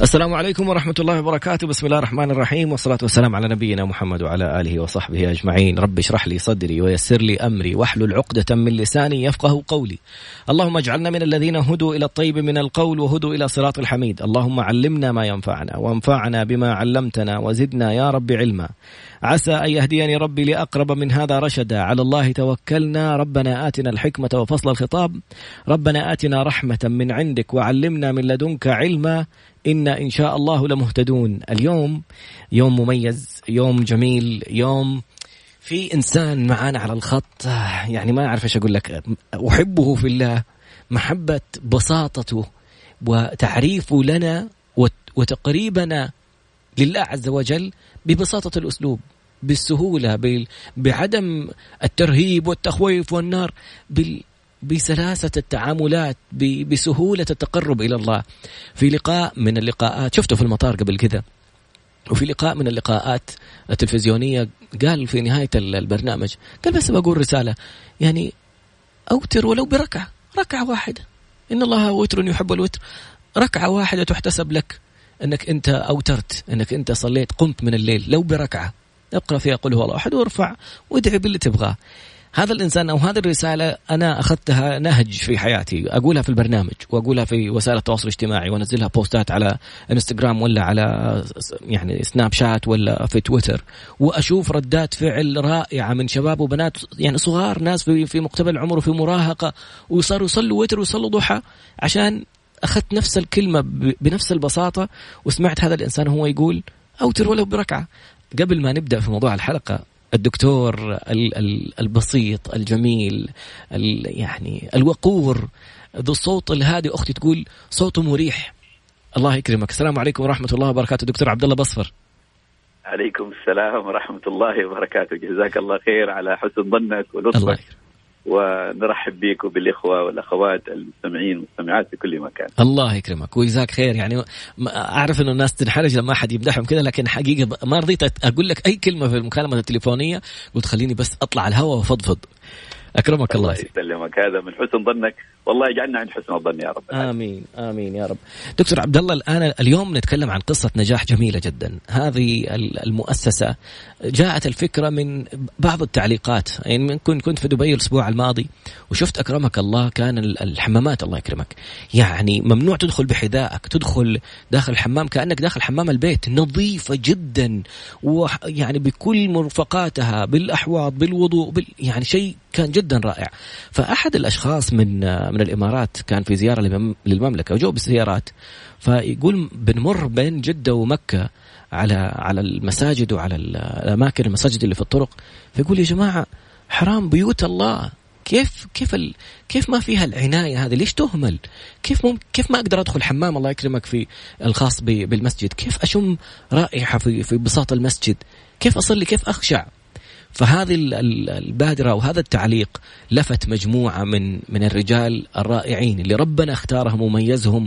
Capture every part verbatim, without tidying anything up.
السلام عليكم ورحمة الله وبركاته. بسم الله الرحمن الرحيم، والصلاة والسلام على نبينا محمد وعلى آله وصحبه أجمعين. رب اشرح لي صدري ويسر لي أمري واحلل عقدة من لساني يفقه قولي. اللهم اجعلنا من الذين هدوا إلى الطيب من القول وهدوا إلى صراط الحميد. اللهم علمنا ما ينفعنا وانفعنا بما علمتنا وزدنا يا رب علما. عسى أن يهديني ربي لأقرب من هذا رشدا. على الله توكلنا. ربنا آتنا الحكمة وفصل الخطاب. ربنا آتنا رحمة من عندك وعلمنا من لدنك علما إنا إن شاء الله لمهتدون. اليوم يوم مميز، يوم جميل، يوم في إنسان معانا على الخط، يعني ما أعرف إيش أقول لك، أحبه في الله، محبة بساطته وتعريفه لنا وتقريبنا لله عز وجل ببساطة الأسلوب، بالسهولة، بعدم الترهيب والتخويف والنار، بال بسلاسة التعاملات، بسهولة التقرب إلى الله. في لقاء من اللقاءات شفته في المطار قبل كذا، وفي لقاء من اللقاءات التلفزيونية قال في نهاية البرنامج، قال بس بقول رسالة، يعني أوتر ولو بركعة، ركعة واحدة، إن الله وتر يحب الوتر، ركعة واحدة تحتسب لك أنك أنت أوترت، أنك أنت صليت، قمت من الليل، لو بركعة اقرأ فيها قل هو الله أحد وارفع وادعي باللي تبغاه. هذا الإنسان أو هذه الرسالة أنا أخذتها نهج في حياتي، أقولها في البرنامج وأقولها في وسائل التواصل الاجتماعي وأنزلها بوستات على انستغرام ولا على يعني سناب شات ولا في تويتر، وأشوف ردات فعل رائعة من شباب وبنات يعني صغار، ناس في في مقتبل العمر وفي مراهقة، وصاروا يصلوا وتر ويصلوا ضحى، عشان أخذت نفس الكلمة بنفس البساطة وسمعت هذا الإنسان هو يقول أوتر ولو بركعة. قبل ما نبدأ في موضوع الحلقة، الدكتور البسيط الجميل يعني الوقور ذو الصوت الهادي، أختي تقول صوته مريح، الله يكرمك. السلام عليكم ورحمة الله وبركاته دكتور عبد الله بصفر. عليكم السلام ورحمة الله وبركاته. جزاك الله خير على حسن ظنك ولطفك، ونرحب بك وبالإخوة والأخوات المستمعين والمستمعات في كل مكان. الله يكرمك ويجزاك خير. يعني أعرف إنه الناس تنحرج لما أحد يمدحهم كذا، لكن حقيقة ما رضيت أقول لك أي كلمة في المكالمة التليفونية، قلت خليني بس أطلع على الهواء وفضفض. أكرمك الله. الله يسلمك، هذا من حسن ظنك، والله يجعلنا عند حسن الظن يا رب. آمين آمين يا رب. دكتور عبد الله، الآن اليوم نتكلم عن قصة نجاح جميلة جدا. هذه المؤسسة جاءت الفكرة من بعض التعليقات، يعني كنت كنت في دبي الأسبوع الماضي وشفت أكرمك الله كان الحمامات، الله يكرمك، يعني ممنوع تدخل بحذائك، تدخل داخل الحمام كأنك داخل حمام البيت، نظيفة جدا ويعني بكل مرفقاتها، بالأحواض، بالوضوء، بال يعني شيء كان جدا رائع. فأحد الأشخاص من من الإمارات كان في زيارة للمملكة وجو بالسيارات، فيقول بنمر بين جدة ومكة على على المساجد وعلى الأماكن المساجد اللي في الطرق، فيقول يا جماعة حرام بيوت الله، كيف كيف ال كيف ما فيها العناية هذه؟ ليش تهمل؟ كيف مم كيف ما أقدر أدخل حمام الله يكرمك في الخاص بالمسجد؟ كيف أشم رائحة في في بساط المسجد؟ كيف أصلي؟ كيف أخشع؟ فهذه البادرة وهذا التعليق لفت مجموعة من من الرجال الرائعين اللي ربنا اختارهم وميزهم،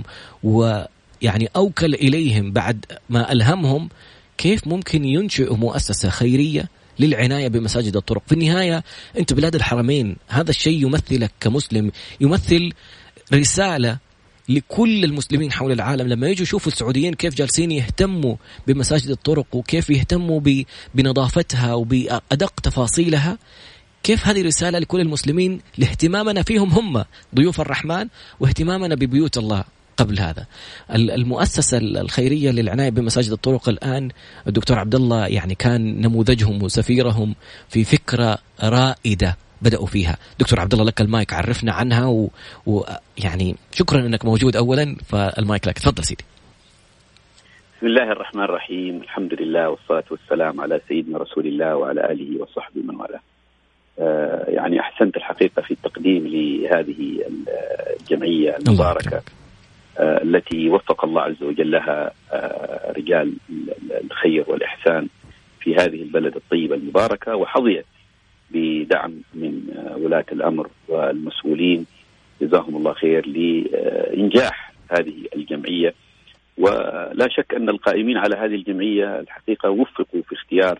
ويعني أوكل إليهم بعد ما ألهمهم كيف ممكن ينشئوا مؤسسة خيرية للعناية بمساجد الطرق. في النهاية أنت بلاد الحرمين، هذا الشيء يمثلك كمسلم، يمثل رسالة لكل المسلمين حول العالم. لما يجوا يشوفوا السعوديين كيف جالسين يهتموا بمساجد الطرق وكيف يهتموا بنظافتها وبأدق تفاصيلها، كيف هذه رسالة لكل المسلمين لاهتمامنا فيهم هم ضيوف الرحمن واهتمامنا ببيوت الله. قبل هذا المؤسسة الخيرية للعناية بمساجد الطرق الآن الدكتور عبد الله يعني كان نموذجهم وسفيرهم في فكرة رائدة بدأوا فيها. دكتور عبد الله لك المايك، عرفنا عنها ويعني و... شكرا انك موجود اولا، فالمايك لك، تفضل سيدي. بسم الله الرحمن الرحيم، الحمد لله والصلاة والسلام على سيدنا رسول الله وعلى آله وصحبه من والاه. آه يعني أحسنت الحقيقة في التقديم لهذه الجمعية المباركة آه التي وفق الله عز وجل لها آه رجال الخير والإحسان في هذه البلد الطيبة المباركة، وحظيت بدعم من ولاة الأمر والمسؤولين جزاهم الله خير لإنجاح هذه الجمعية. ولا شك أن القائمين على هذه الجمعية الحقيقة وفقوا في اختيار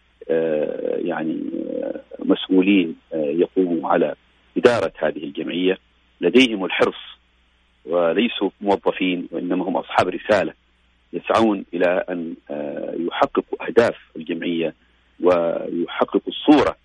يعني مسؤولين يقوموا على إدارة هذه الجمعية، لديهم الحرص وليسوا موظفين وإنما هم أصحاب رسالة يسعون إلى أن يحققوا أهداف الجمعية ويحققوا الصورة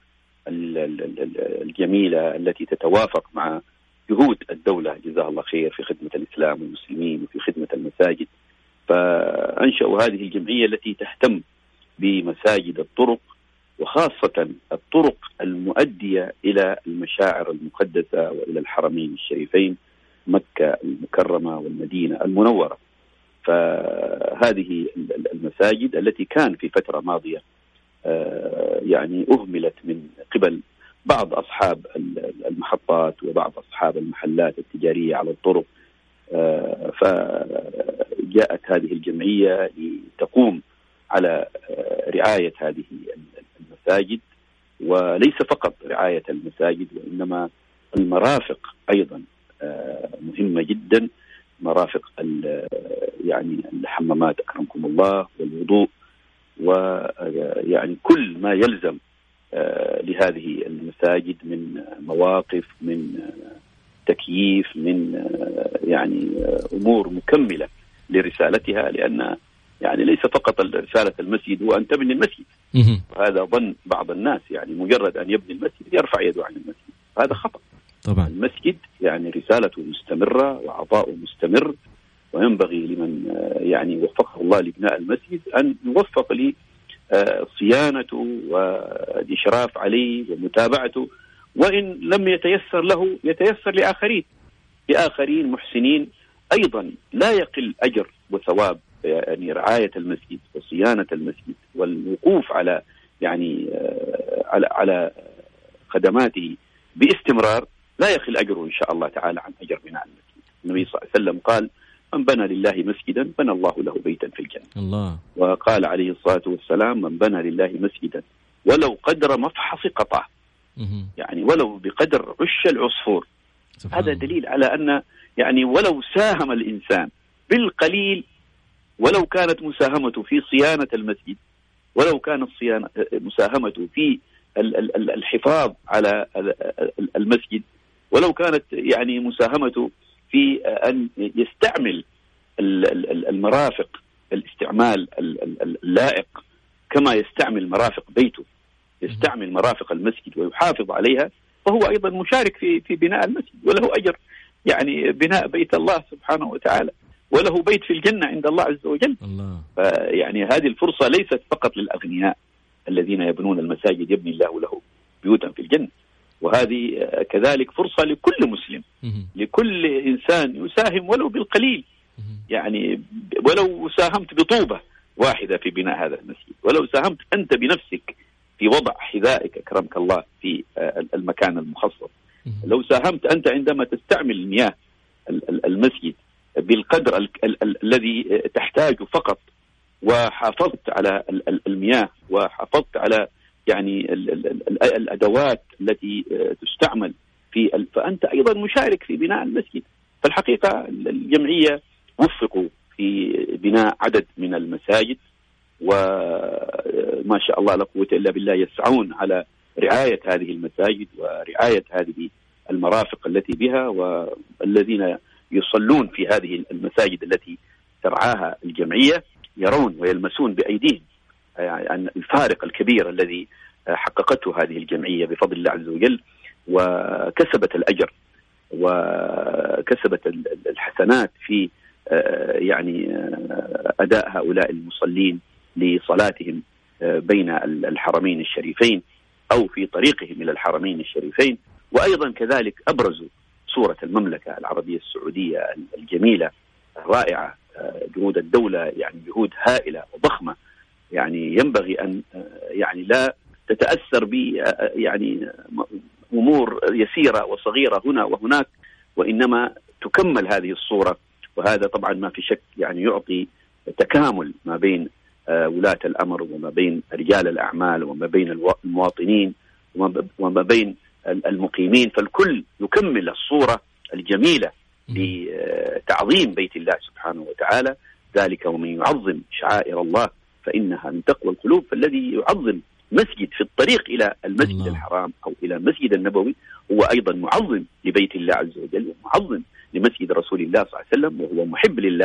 الجميلة التي تتوافق مع جهود الدولة جزاها الله خير في خدمة الإسلام والمسلمين وفي خدمة المساجد. فأنشأوا هذه الجمعية التي تهتم بمساجد الطرق، وخاصة الطرق المؤدية إلى المشاعر المقدسة وإلى الحرمين الشريفين مكة المكرمة والمدينة المنورة. فهذه المساجد التي كان في فترة ماضية يعني أهملت من قبل بعض أصحاب المحطات وبعض أصحاب المحلات التجارية على الطرق، فجاءت هذه الجمعية لتقوم على رعاية هذه المساجد، وليس فقط رعاية المساجد وإنما المرافق أيضا مهمة جدا، مرافق يعني الحمامات أكرمكم الله والوضوء، ويعني كل ما يلزم لهذه المساجد من مواقف، من تكييف، من يعني أمور مكملة لرسالتها، لأن يعني ليس فقط رسالة المسجد هو أن تبني المسجد، وهذا ظن بعض الناس، يعني مجرد أن يبني المسجد يرفع يده عن المسجد، هذا خطأ طبعا. المسجد يعني رسالته مستمرة وعطاؤه مستمر، وينبغي لمن يعني وفقه الله لبناء المسجد أن يوفق لصيانته والإشراف عليه ومتابعته، وإن لم يتيسر له يتيسر لآخرين لآخرين محسنين أيضا لا يقل أجر وثواب. يعني رعاية المسجد وصيانة المسجد والوقوف على يعني على على خدماته باستمرار لا يخل أجره إن شاء الله تعالى عن أجر بناء المسجد. النبي صلى الله عليه وسلم قال: من بنى لله مسجدا بنى الله له بيتا في الجنة. الله. وقال عليه الصلاة والسلام: من بنى لله مسجدا ولو قدر مفحص قطعه، يعني ولو بقدر عش العصفور. هذا دليل على أن يعني ولو ساهم الإنسان بالقليل، ولو كانت مساهمته في صيانة المسجد، ولو كانت صيانة مساهمته في الحفاظ على المسجد، ولو كانت يعني مساهمته في أن يستعمل المرافق الاستعمال اللائق كما يستعمل مرافق بيته، يستعمل مرافق المسجد ويحافظ عليها، فهو أيضا مشارك في في بناء المسجد، وله أجر يعني بناء بيت الله سبحانه وتعالى، وله بيت في الجنة عند الله عز وجل. الله. فيعني هذه الفرصة ليست فقط للأغنياء الذين يبنون المساجد يبني الله له بيوتا في الجنة، وهذه كذلك فرصة لكل مسلم، لكل إنسان يساهم ولو بالقليل، يعني ولو ساهمت بطوبة واحدة في بناء هذا المسجد، ولو ساهمت أنت بنفسك في وضع حذائك أكرمك الله في المكان المخصص، لو ساهمت أنت عندما تستعمل المياه المسجد بالقدر ال ال ال الذي تحتاجه فقط، وحافظت على المياه وحافظت على يعني ال ال ال الأدوات التي تستعمل في، فأنت أيضا مشارك في بناء المسجد. فالحقيقة الجمعية وفقوا في بناء عدد من المساجد، وما شاء الله لا قوة إلا بالله يسعون على رعاية هذه المساجد ورعاية هذه المرافق التي بها، والذين يصلون في هذه المساجد التي ترعاها الجمعية يرون ويلمسون بأيديهم يعني الفارق الكبير الذي حققته هذه الجمعية بفضل الله عز وجل، وكسبت الأجر وكسبت الحسنات في يعني أداء هؤلاء المصلين لصلاتهم بين الحرمين الشريفين أو في طريقهم إلى الحرمين الشريفين. وأيضا كذلك أبرزوا صورة المملكة العربية السعودية الجميلة الرائعة، جهود الدولة يعني جهود هائلة وضخمة، يعني ينبغي أن يعني لا تتأثر ب يعني أمور يسيرة وصغيرة هنا وهناك، وإنما تكمل هذه الصورة. وهذا طبعا ما في شك يعني يعطي تكامل ما بين ولاة الأمر وما بين رجال الأعمال وما بين المواطنين وما بين المقيمين، فالكل يكمل الصورة الجميلة لتعظيم بيت الله سبحانه وتعالى. ذلك ومن يعظم شعائر الله فإنها من تقوى القلوب. فالذي يعظم مسجد في الطريق إلى المسجد الله. الحرام أو إلى المسجد النبوي هو أيضا معظم لبيت الله عز وجل، ومعظم لمسجد رسول الله صلى الله عليه وسلم، وهو محب لله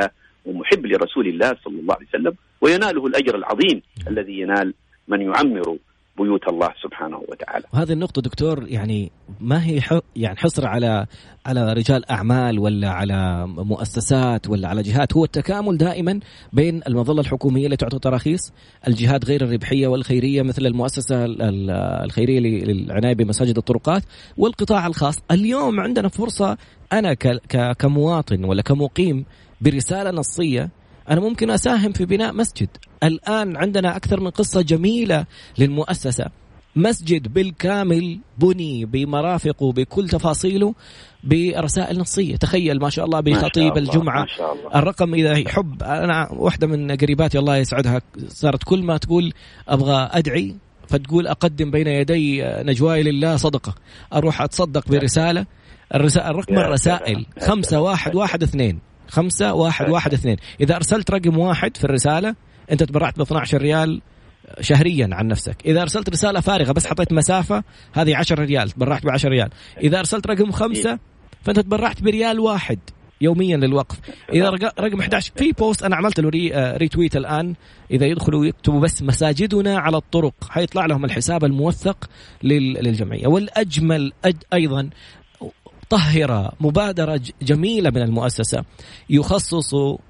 ومحب لرسول الله صلى الله عليه وسلم، ويناله الأجر العظيم الذي ينال من يعمر بيوت الله سبحانه وتعالى. وهذه النقطة دكتور يعني ما هي يعني حصر على على رجال أعمال ولا على مؤسسات ولا على جهات، هو التكامل دائما بين المظلة الحكومية اللي تعطي تراخيص، الجهات غير الربحية والخيرية مثل المؤسسة الخيرية للعناية بمساجد الطرقات، والقطاع الخاص. اليوم عندنا فرصة أنا كمواطن ولا كمقيم برسالة نصية أنا ممكن أساهم في بناء مسجد. الآن عندنا أكثر من قصة جميلة للمؤسسة، مسجد بالكامل بني بمرافقه بكل تفاصيله برسائل نصية. تخيل ما شاء الله بخطيب الجمعة. الرقم إذا يحب، أنا واحدة من قريباتي الله يسعدها صارت كل ما تقول أبغى أدعي فتقول أقدم بين يدي نجواي لله صدقة، أروح أتصدق برسالة. الرقم الرسائل خمسة واحد واحد اثنين خمسة واحد واحد اثنين. إذا أرسلت رقم واحد في الرسالة أنت تبرعت ب اثني عشر ريال شهريا عن نفسك. إذا أرسلت رسالة فارغة بس حطيت مسافة هذه عشرة ريال، تبرعت ب عشرة ريال. إذا أرسلت رقم خمسة فأنت تبرعت بريال واحد يوميا للوقف. إذا رقم أحد عشر في بوست أنا عملت له ري ريتويت الآن، إذا يدخلوا يكتبوا بس مساجدنا على الطرق حيطلع لهم الحساب الموثق للجمعية. والأجمل أيضا طهرة مبادرة جميلة من المؤسسة، يخصص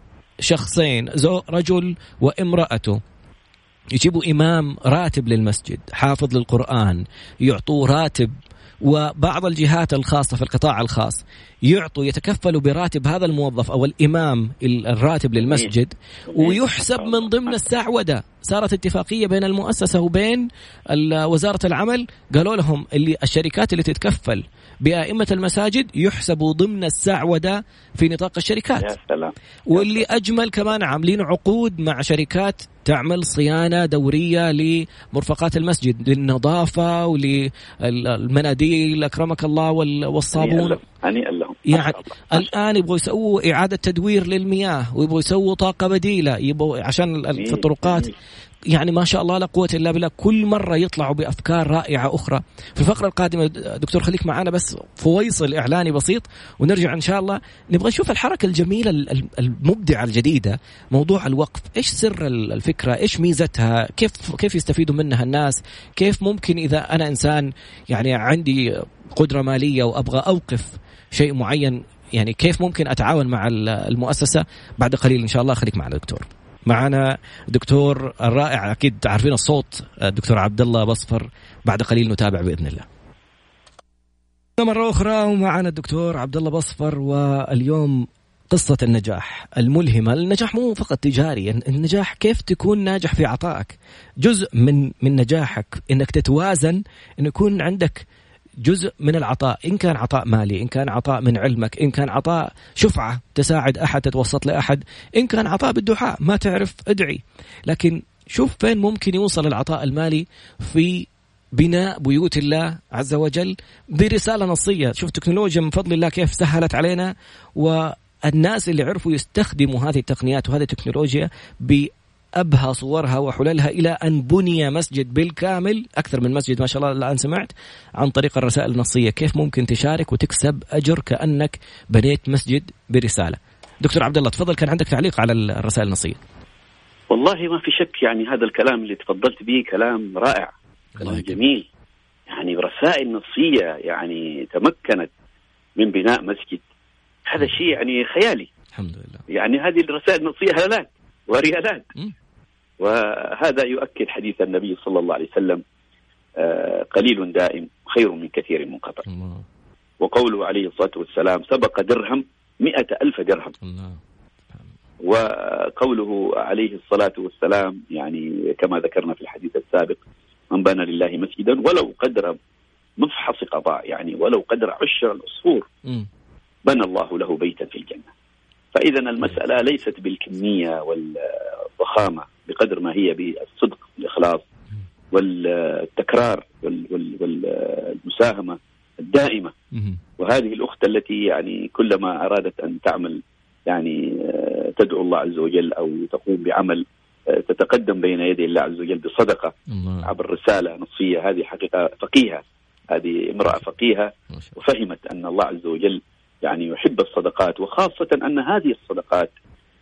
شخصين رجل وامرأته، يجيبوا إمام راتب للمسجد حافظ للقرآن يعطوه راتب، وبعض الجهات الخاصة في القطاع الخاص يعطوا يتكفلوا براتب هذا الموظف أو الإمام الراتب للمسجد، ويحسب من ضمن السعودة. صارت اتفاقية بين المؤسسة وبين وزارة العمل، قالوا لهم اللي الشركات اللي تتكفل بأئمة المساجد يحسبوا ضمن السعودة في نطاق الشركات. يا سلام. واللي أجمل كمان عاملين عقود مع شركات تعمل صيانة دورية لمرفقات المسجد للنظافة وللمناديل أكرمك الله والصابون. هنيئا لهم. يعني الآن يبغوا يسووا إعادة تدوير للمياه ويبغوا يسووا طاقة بديلة يبغوا عشان في الطرقات. يعني ما شاء الله لا قوة إلا بالله، كل مرة يطلعوا بأفكار رائعة أخرى. في الفقرة القادمة دكتور خليك معنا بس فويصل إعلاني بسيط ونرجع إن شاء الله نبغى نشوف الحركة الجميلة المبدعة الجديدة، موضوع الوقف. إيش سر الفكرة؟ إيش ميزتها؟ كيف كيف يستفيدوا منها الناس؟ كيف ممكن إذا أنا إنسان يعني عندي قدرة مالية وأبغى أوقف شيء معين، يعني كيف ممكن أتعاون مع المؤسسة؟ بعد قليل إن شاء الله خليك معنا دكتور. معنا دكتور الرائع أكيد عارفين الصوت، الدكتور عبد الله بصفر. بعد قليل نتابع بإذن الله مرة أخرى، ومعنا الدكتور عبد الله بصفر. واليوم قصة النجاح الملهمة. النجاح مو فقط تجاري، النجاح كيف تكون ناجح في عطائك. جزء من من نجاحك إنك تتوازن، إن يكون عندك جزء من العطاء، إن كان عطاء مالي، إن كان عطاء من علمك، إن كان عطاء شفعة تساعد أحد تتوسط لأحد، إن كان عطاء بالدعاء ما تعرف ادعي. لكن شوف فين ممكن يوصل العطاء المالي في بناء بيوت الله عز وجل برسالة نصية. شوف تكنولوجيا من فضل الله كيف سهلت علينا، والناس اللي عرفوا يستخدموا هذه التقنيات وهذه التكنولوجيا بأبهى صورها وحللها إلى أن بني مسجد بالكامل، أكثر من مسجد ما شاء الله الآن سمعت عن طريق الرسائل النصية. كيف ممكن تشارك وتكسب أجر كأنك بنيت مسجد برسالة. دكتور عبد الله تفضل، كان عندك تعليق على الرسائل النصية. والله ما في شك، يعني هذا الكلام اللي تفضلت به كلام رائع، كلام جميل. يعني رسائل نصية يعني تمكنت من بناء مسجد، هذا شيء يعني خيالي. الحمد لله. يعني هذه الرسائل النصية هلالات وريالات. م. وهذا يؤكد حديث النبي صلى الله عليه وسلم آه قليل دائم خير من كثير منقطع. وقوله عليه الصلاة والسلام سبق درهم مئة ألف درهم. الله. وقوله عليه الصلاة والسلام يعني كما ذكرنا في الحديث السابق من بنى لله مسجدا ولو قدر مفحص قضاء، يعني ولو قدر عشر العصفور بنى الله له بيتا في الجنة. فإذا المسألة ليست بالكمية والضخامة بقدر ما هي بالصدق والإخلاص والتكرار والمساهمة الدائمة. وهذه الأخت التي يعني كلما أرادت أن تعمل يعني تدعو الله عز وجل أو تقوم بعمل تتقدم بين يدي الله عز وجل بصدقة عبر رسالة نصية، هذه حقيقة فقيهة، هذه امرأة فقيهة وفهمت أن الله عز وجل يعني يحب الصدقات، وخاصة أن هذه الصدقات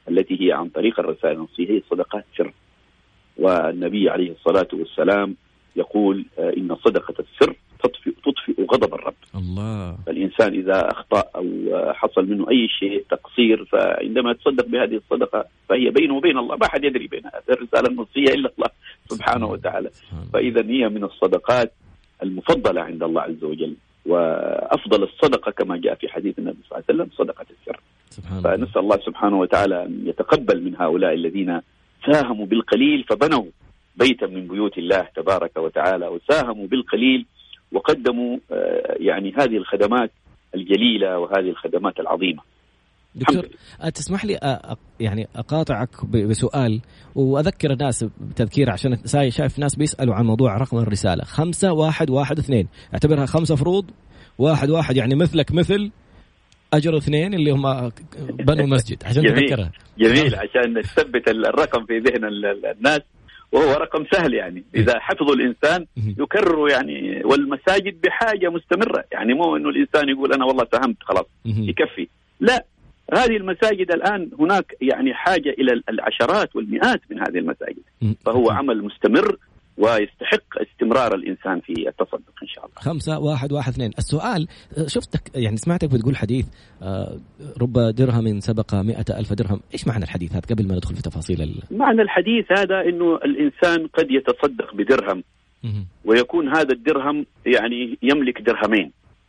التي هي عن طريق الرسائل النصية هي صدقات سر. والنبي عليه الصلاة والسلام يقول إن صدقة السر تطفئ, تطفئ غضب الرب. الله. فالإنسان إذا أخطأ أو حصل منه أي شيء تقصير، فعندما تصدق بهذه الصدقة فهي بينه وبين الله، ما حد يدري بينها الرسالة النصية إلا الله سبحانه وتعالى. فإذا هي من الصدقات المفضلة عند الله عز وجل، وأفضل الصدقة كما جاء في حديث النبي صلى الله عليه وسلم صدقة السر. فنسأل الله سبحانه وتعالى أن يتقبل من هؤلاء الذين ساهموا بالقليل فبنوا بيتا من بيوت الله تبارك وتعالى، وساهموا بالقليل وقدموا يعني هذه الخدمات الجليلة وهذه الخدمات العظيمة. دكتور تسمح لي أ... يعني أقاطعك بسؤال وأذكر الناس بتذكير، عشان شايف ناس بيسألوا عن موضوع رقم الرسالة خمسة واحد واحد اثنين، اعتبرها خمسة فروض، واحد واحد يعني مثلك مثل أجر اثنين اللي هم بنوا المسجد، عشان تذكرها. جميل، عشان نثبت الرقم في ذهن الناس، وهو رقم سهل يعني إذا حفظوا الإنسان يكرروا يعني. والمساجد بحاجة مستمرة، يعني مو إنه الإنسان يقول أنا والله ساهمت خلاص يكفي، لا، هذه المساجد الآن هناك يعني حاجة إلى العشرات والمئات من هذه المساجد، فهو عمل مستمر ويستحق استمرار الإنسان في التصدق إن شاء الله. خمسة واحد واحد اثنين. السؤال شفتك يعني سمعتك بتقول حديث رب درهم سبق مئة ألف درهم، إيش معنى الحديث هذا قبل ما ندخل في تفاصيل ال... معنى الحديث هذا إنه الإنسان قد يتصدق بدرهم ويكون هذا الدرهم يعني يملك درهمين،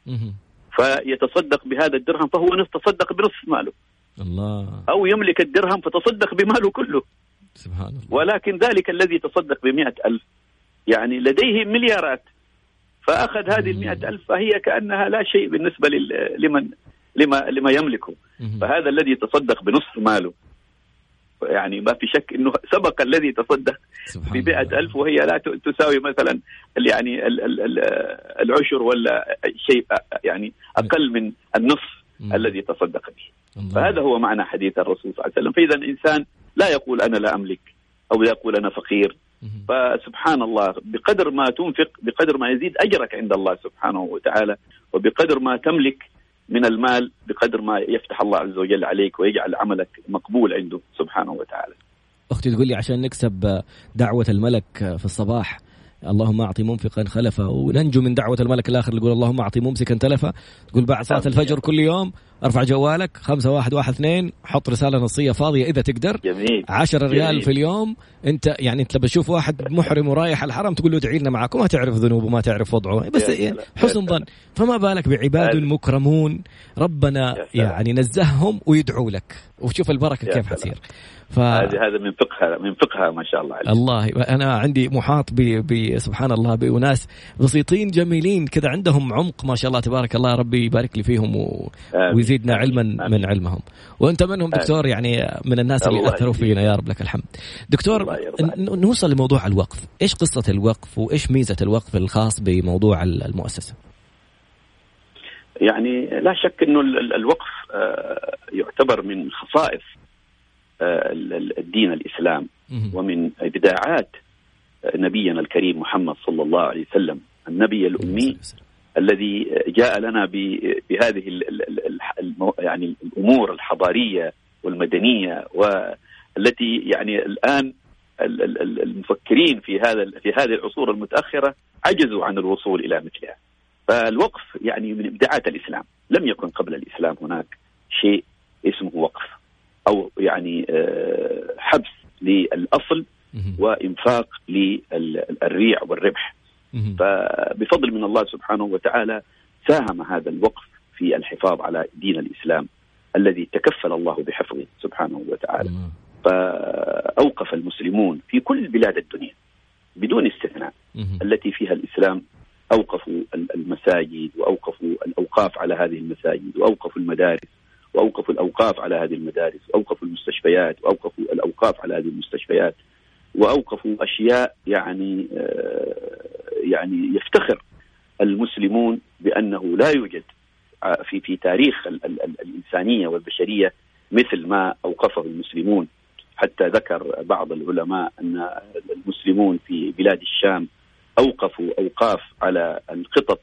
فيتصدق بهذا الدرهم فهو تصدق بنصف ماله. الله. أو يملك الدرهم فتصدق بماله كله. سبحان الله. ولكن ذلك الذي تصدق بمئة ألف يعني لديه مليارات، فأخذ هذه المئة ألف فهي كأنها لا شيء بالنسبة لمن لما لما يملكه. فهذا الذي تصدق بنصف ماله يعني ما في شك إنه سبق الذي تصدق بمئة ألف، وهي لا تساوي مثلا يعني العشر ولا شيء يعني أقل من النصف الذي تصدق به. فهذا هو معنى حديث الرسول صلى الله عليه وسلم. فإذا الإنسان لا يقول أنا لا أملك أو لا يقول أنا فقير، فسبحان الله بقدر ما تنفق بقدر ما يزيد أجرك عند الله سبحانه وتعالى، وبقدر ما تملك من المال بقدر ما يفتح الله عز وجل عليك ويجعل عملك مقبول عنده سبحانه وتعالى. أختي تقول لي عشان نكسب دعوة الملك في الصباح اللهم أعطي منفقا خلفا، وننجو من دعوة الملك الآخر اللي يقول اللهم أعطي ممسكا تلفا، تقول بعد صلاة الفجر كل يوم ارفع جوالك خمسة واحد واحد اثنين، حط رسالة نصية فاضية إذا تقدر. جميل. عشر ريال جميل. في اليوم. أنت يعني أنت بشوف واحد محرم ورايح الحرم تقول له ادعي لنا معكم، ما تعرف ذنوبه ما تعرف وضعه، بس يعني حسن ظن، فما بالك بعباد مكرمون ربنا يعني نزههم ويدعوا لك، وشوف البركة كيف حتصير. ف... هذا من فقهها من فقهها ما شاء الله عليك. الله. أنا عندي محاط ب سبحان الله بأناس بسيطين جميلين كذا عندهم عمق ما شاء الله تبارك الله، ربي يبارك لي فيهم و... ويزيدنا علما آمين. من علمهم، وأنت منهم دكتور، يعني من الناس اللي أثروا فينا يا رب لك الحمد. دكتور ن... نوصل لموضوع الوقف، إيش قصة الوقف وإيش ميزة الوقف الخاص بموضوع المؤسسة؟ يعني لا شك إنه الوقف يعتبر من خصائص الدين الإسلام ومن إبداعات نبينا الكريم محمد صلى الله عليه وسلم، النبي الأمي الذي جاء لنا بهذه يعني الأمور الحضارية والمدنية، والتي يعني الآن المفكرين في هذا في هذه العصور المتأخرة عجزوا عن الوصول إلى مثلها. فالوقف يعني من إبداعات الإسلام، لم يكن قبل الإسلام هناك شيء اسمه وقف أو يعني حبس للأصل وإنفاق للريع والربح. فبفضل من الله سبحانه وتعالى ساهم هذا الوقف في الحفاظ على دين الإسلام الذي تكفل الله بحفظه سبحانه وتعالى. فأوقف المسلمون في كل بلاد الدنيا بدون استثناء التي فيها الإسلام، أوقفوا المساجد وأوقفوا الأوقاف على هذه المساجد، وأوقفوا المدارس وأوقفوا الأوقاف على هذه المدارس، وأوقفوا المستشفيات وأوقفوا الأوقاف على هذه المستشفيات، وأوقفوا أشياء يعني يعني يفتخر المسلمون بأنه لا يوجد في في تاريخ ال ال الإنسانية والبشرية مثل ما أوقفه المسلمون. حتى ذكر بعض العلماء أن المسلمون في بلاد الشام أوقفوا أوقاف على القطط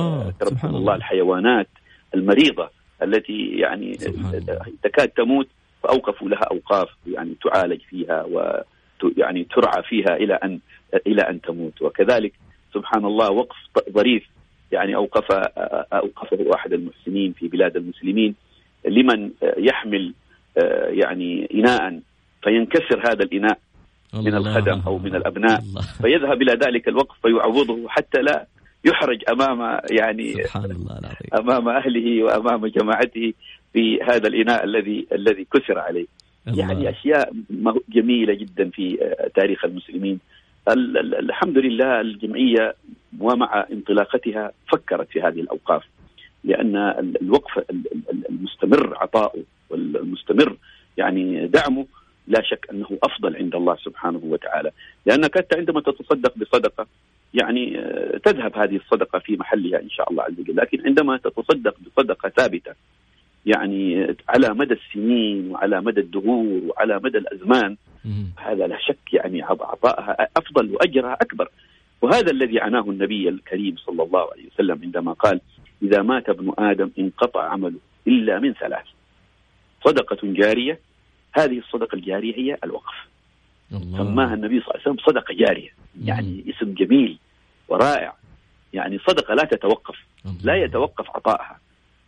وسبحان الله الحيوانات المريضة التي يعني تكاد تموت، فأوقفوا لها أوقاف يعني تعالج فيها ويعني ترعى فيها إلى أن إلى أن تموت. وكذلك سبحان الله وقف ظريف يعني أوقف أوقفه أحد المحسنين في بلاد المسلمين لمن يحمل يعني إناء فينكسر هذا الإناء من الخدم أو من الأبناء الله. فيذهب إلى ذلك الوقف فيعوضه حتى لا يحرج أمام يعني سبحان الله العظيم. أمام أهله وأمام جماعته في هذا الإناء الذي الذي كسر عليه الله. يعني أشياء جميلة جدا في تاريخ المسلمين. الحمد لله الجمعية ومع انطلاقتها فكرت في هذه الأوقاف، لأن الوقف المستمر عطاؤه والمستمر يعني دعمه لا شك أنه أفضل عند الله سبحانه وتعالى، لأنك أنت عندما تتصدق بصدقة يعني تذهب هذه الصدقة في محلها إن شاء الله عز وجل، لكن عندما تتصدق بصدقة ثابتة يعني على مدى السنين وعلى مدى الدهور وعلى مدى الأزمان، هذا لا شك يعني عطائها أفضل وأجرها أكبر. وهذا الذي عناه النبي الكريم صلى الله عليه وسلم عندما قال: إذا مات ابن آدم انقطع عمله إلا من ثلاث: صدقة جارية. هذه الصدقة الجارية هي الوقف، سماها النبي صلى الله عليه وسلم صدقة جارية، يعني اسم جميل ورائع، يعني صدقة لا تتوقف، لا يتوقف عطائها،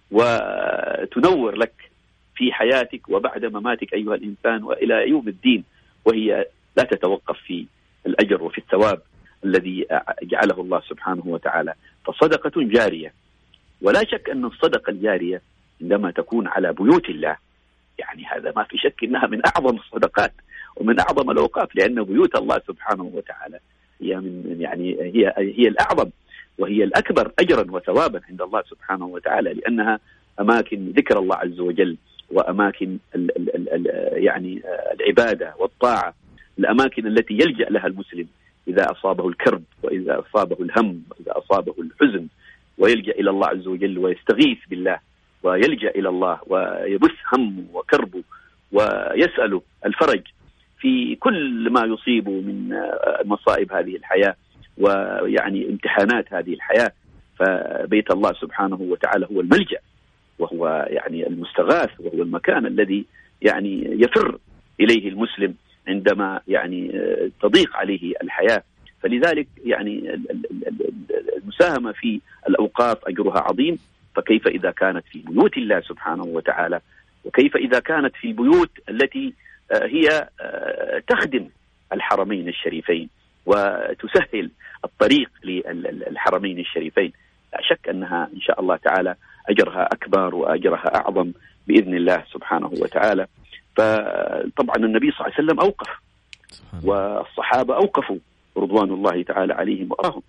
وتنور لك في حياتك وبعد مماتك أيها الإنسان وإلى يوم الدين، وهي لا تتوقف في الأجر وفي الثواب الذي جعله الله سبحانه وتعالى. فصدقة جارية. ولا شك أن الصدقة الجارية عندما تكون على بيوت الله يعني هذا ما في شك أنها من أعظم الصدقات ومن أعظم الأوقاف، لأن بيوت الله سبحانه وتعالى هي من يعني هي هي الأعظم وهي الأكبر أجرا وثوابا عند الله سبحانه وتعالى، لأنها أماكن ذكر الله عز وجل وأماكن ال ال ال يعني العبادة والطاعة، الأماكن التي يلجأ لها المسلم إذا أصابه الكرب وإذا أصابه الهم وإذا أصابه الحزن، ويلجأ إلى الله عز وجل ويستغيث بالله ويلجأ إلى الله ويبث همه وكربه ويسأل الفرج في كل ما يصيبه من مصائب هذه الحياة ويعني امتحانات هذه الحياة. فبيت الله سبحانه وتعالى هو الملجأ وهو يعني المستغاث، وهو المكان الذي يعني يفر إليه المسلم عندما يعني تضيق عليه الحياة. فلذلك يعني المساهمة في الأوقاف أجرها عظيم، فكيف إذا كانت في بيوت الله سبحانه وتعالى، وكيف إذا كانت في البيوت التي هي تخدم الحرمين الشريفين وتسهل الطريق للحرمين الشريفين. لا شك أنها إن شاء الله تعالى أجرها أكبر وأجرها أعظم بإذن الله سبحانه وتعالى. فطبعا النبي صلى الله عليه وسلم أوقف والصحابة أوقفوا رضوان الله تعالى عليهم وأراهم،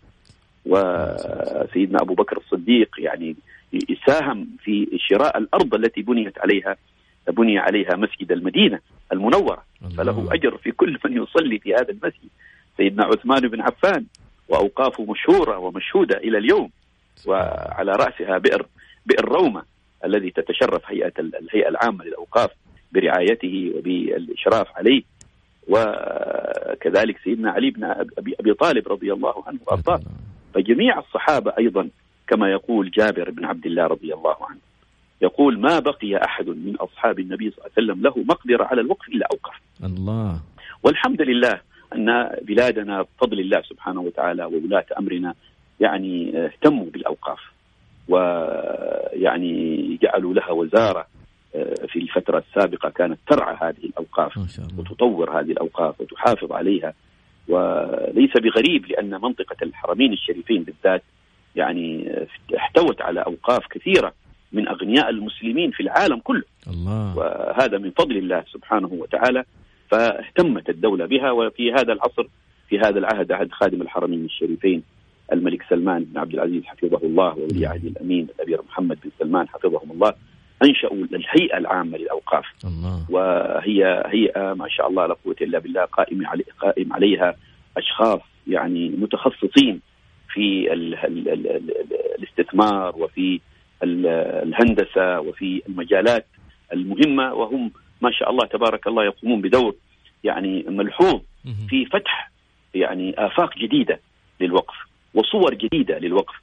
وسيدنا أبو بكر الصديق يعني يساهم في شراء الأرض التي بنيت عليها بني عليها مسجد المدينة المنورة، فله أجر في كل من يصلي في هذا المسجد. سيدنا عثمان بن عفان وأوقافه مشهورة ومشهودة إلى اليوم، وعلى رأسها بئر بئر رومة الذي تتشرف هيئة الهيئة العامة للأوقاف برعايته وبالإشراف عليه، وكذلك سيدنا علي بن أبي طالب رضي الله عنه وأرضاه. فجميع الصحابة أيضا كما يقول جابر بن عبد الله رضي الله عنه، يقول: ما بقي أحد من أصحاب النبي صلى الله عليه وسلم له مقدرة على الوقف إلا أوقف. الله. والحمد لله أن بلادنا بفضل الله سبحانه وتعالى وولاة أمرنا يعني اهتموا بالأوقاف، ويعني جعلوا لها وزارة في الفترة السابقة كانت ترعى هذه الأوقاف وتطور هذه الأوقاف وتحافظ عليها. وليس بغريب لأن منطقة الحرمين الشريفين بالذات يعني احتوت على أوقاف كثيرة من أغنياء المسلمين في العالم كله الله. وهذا من فضل الله سبحانه وتعالى، فاهتمت الدولة بها. وفي هذا العصر في هذا العهد عهد خادم الحرمين الشريفين الملك سلمان بن عبد العزيز حفظه الله وولي عهده الأمين الأمير محمد بن سلمان حفظهم الله أنشأوا الهيئة العامة للأوقاف الله. وهي هيئة ما شاء الله لا قوة إلا بالله قائم علي قائم عليها أشخاص يعني متخصصين في ال ال ال ال الاستثمار وفي الهندسة وفي المجالات المهمة، وهم ما شاء الله تبارك الله يقومون بدور يعني ملحوظ في فتح يعني آفاق جديدة للوقف وصور جديدة للوقف.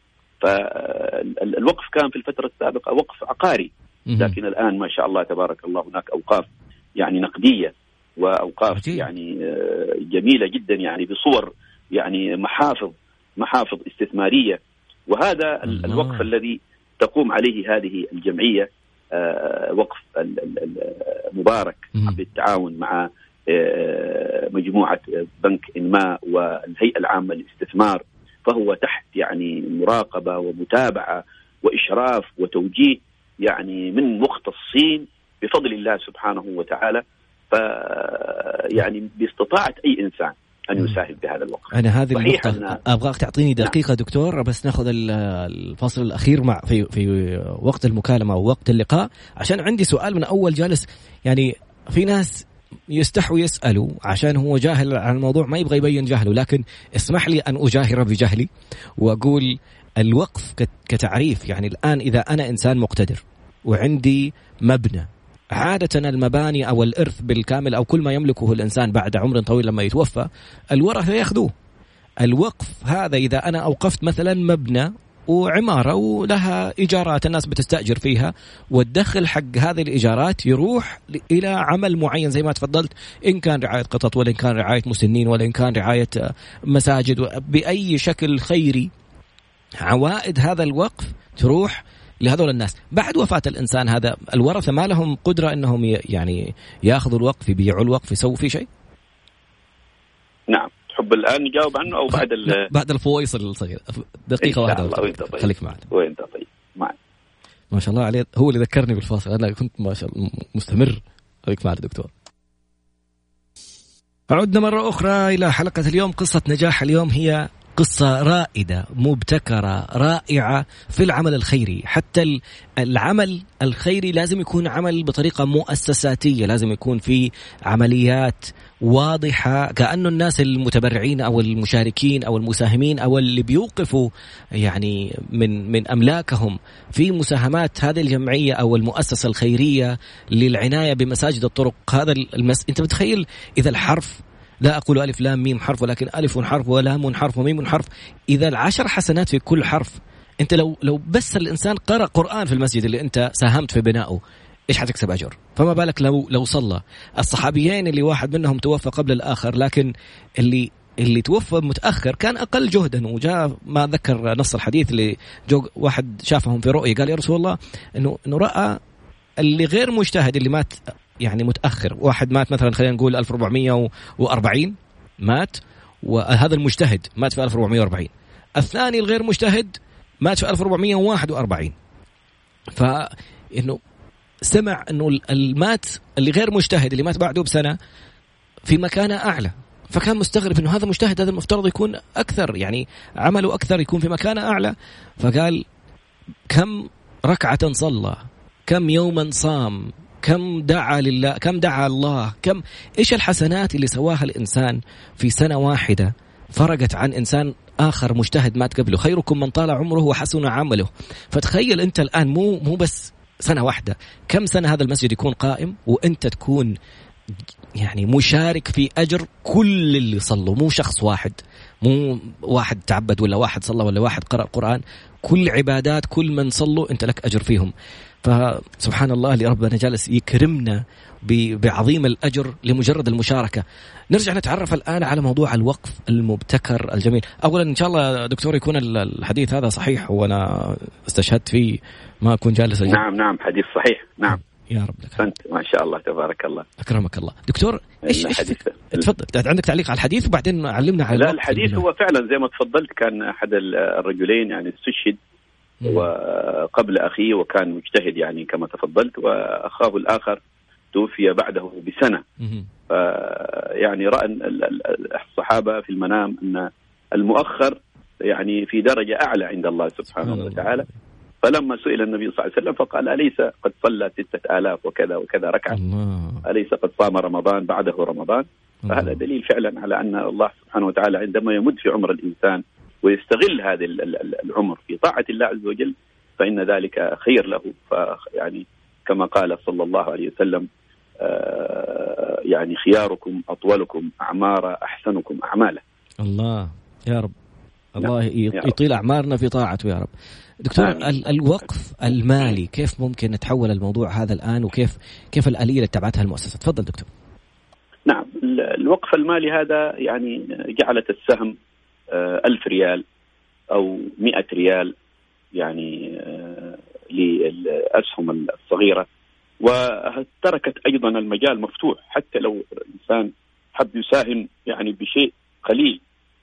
فالوقف كان في الفترة السابقة وقف عقاري، لكن الآن ما شاء الله تبارك الله هناك أوقاف يعني نقدية وأوقاف عجيب. يعني جميلة جدا، يعني بصور يعني محافظ محافظ استثمارية. وهذا الله. الوقف الذي تقوم عليه هذه الجمعية وقف المبارك بالتعاون مع مجموعة بنك إنماء والهيئة العامة للاستثمار، فهو تحت يعني مراقبة ومتابعة وإشراف وتوجيه يعني من مختصين بفضل الله سبحانه وتعالى. ف يعني باستطاعة أي إنسان أن يساهم بهذا الوقت. أنا هذه النقطة أبغاك تعطيني دقيقة دكتور، بس نأخذ الفاصل الأخير مع في في وقت المكالمة ووقت اللقاء، عشان عندي سؤال من أول جالس. يعني في ناس يستحوا يسألوا عشان هو جاهل عن الموضوع، ما يبغى يبين جهله، لكن اسمح لي أن أجاهر بجهلي وأقول الوقف كتعريف. يعني الآن إذا أنا إنسان مقتدر وعندي مبنى، عادة المباني أو الإرث بالكامل أو كل ما يملكه الإنسان بعد عمر طويل لما يتوفى الورثة يأخذوه. الوقف هذا إذا أنا أوقفت مثلا مبنى وعمارة ولها إيجارات الناس بتستأجر فيها، والدخل حق هذه الإيجارات يروح إلى عمل معين زي ما تفضلت، إن كان رعاية قطط ولا إن كان رعاية مسنين ولا إن كان رعاية مساجد، بأي شكل خيري، عوائد هذا الوقف تروح لهذول الناس. بعد وفاة الإنسان هذا الورثة ما لهم قدرة أنهم يعني يأخذوا الوقف، يبيعوا الوقف، يسووا فيه شيء؟ نعم. تحب الآن نجاوب عنه أو بعد ال بعد الفويصل الصغير؟ دقيقة واحدة طيب. خليك معنا. وين طيب معنا. ما شاء الله عليه، هو اللي ذكرني بالفاصل، أنا كنت ما شاء الله مستمر. خليك معنا دكتور. عدنا مرة أخرى إلى حلقة اليوم. قصة نجاح اليوم هي قصة رائدة مبتكرة رائعة في العمل الخيري. حتى العمل الخيري لازم يكون عمل بطريقة مؤسساتية، لازم يكون في عمليات واضحة، كأنه الناس المتبرعين أو المشاركين أو المساهمين أو اللي بيوقفوا يعني من من أملاكهم في مساهمات هذه الجمعية أو المؤسسة الخيرية للعناية بمساجد الطرق. هذا المس... أنت متخيل إذا الحرف، لا أقول ألف لام ميم حرف، ولكن ألف حرف ولام حرف وميم حرف، إذا العشر حسنات في كل حرف، أنت لو لو بس الإنسان قرأ قرآن في المسجد اللي أنت ساهمت في بنائه إيش حتكسب أجر؟ فما بالك لو لو صلى. الصحابيين اللي واحد منهم توفى قبل الآخر، لكن اللي اللي توفى متأخر كان أقل جهدا، وجاء ما ذكر نص الحديث اللي جو واحد شافهم في رؤية قال يا رسول الله إنه إنه رأى اللي غير مجتهد اللي مات يعني متأخر. واحد مات مثلا خلينا نقول ألف وأربعمية وأربعين مات، وهذا المجتهد مات في ألف وأربعمية وأربعين، الثاني الغير مجتهد مات في ألف وأربعمية وواحد وأربعين. فإنه سمع إنه المات اللي غير مجتهد اللي مات بعده بسنة في مكانة أعلى، فكان مستغرب إنه هذا مجتهد، هذا المفترض يكون أكثر يعني عمله أكثر، يكون في مكانة أعلى. فقال كم ركعة صلى، كم يوما صام، كم دعا لله، كم دعا الله، كم إيش الحسنات اللي سواها الإنسان في سنة واحدة فرقت عن إنسان آخر مجتهد مات قبله. خيركم من طال عمره وحسن عمله. فتخيل أنت الآن مو مو بس سنة واحدة، كم سنة هذا المسجد يكون قائم وأنت تكون يعني مشارك في أجر كل اللي صلوا، مو شخص واحد، مو واحد تعبد ولا واحد صلى ولا واحد قرأ القرآن، كل عبادات كل من صلوا أنت لك أجر فيهم. فسبحان الله اللي ربنا جالس يكرمنا بعظيم الأجر لمجرد المشاركة. نرجع نتعرف الآن على موضوع الوقف المبتكر الجميل. أولا إن شاء الله دكتور يكون الحديث هذا صحيح وأنا استشهدت فيه، ما أكون جالس أجل. نعم نعم حديث صحيح. نعم يا رب لك أنت ما شاء الله تبارك الله. أكرمك الله. دكتور إيش إيش تفضل عندك تعليق على الحديث وبعدين علمنا على لا الحديث هو فعلا زي ما تفضلت، كان أحد الرجلين يعني استشهد وقبل أخيه وكان مجتهد يعني كما تفضلت، وأخاه الآخر توفي بعده بسنة. يعني رأى الصحابة في المنام أن المؤخر يعني في درجة أعلى عند الله سبحانه وتعالى. فلما سئل النبي صلى الله عليه وسلم فقال أليس قد صلى ستة آلاف وكذا وكذا ركعة، أليس قد صام رمضان بعده رمضان. فهذا دليل فعلا على أن الله سبحانه وتعالى عندما يمد في عمر الإنسان ويستغل هذا العمر في طاعة الله عز وجل فإن ذلك خير له. فيعني كما قال صلى الله عليه وسلم يعني خياركم أطولكم أعمارا أحسنكم أعمالا. الله يا رب الله يطيل أعمارنا في طاعته يا رب. دكتور، ال- الوقف المالي كيف ممكن نتحول الموضوع هذا الآن، وكيف كيف الآلية اللي اتبعتها المؤسسة؟ تفضل دكتور. نعم، الوقف المالي هذا يعني جعلت السهم ألف ريال أو مئة ريال يعني للأسهم الصغيرة، وتركت أيضا المجال مفتوح حتى لو الإنسان حب يساهم يعني بشيء قليل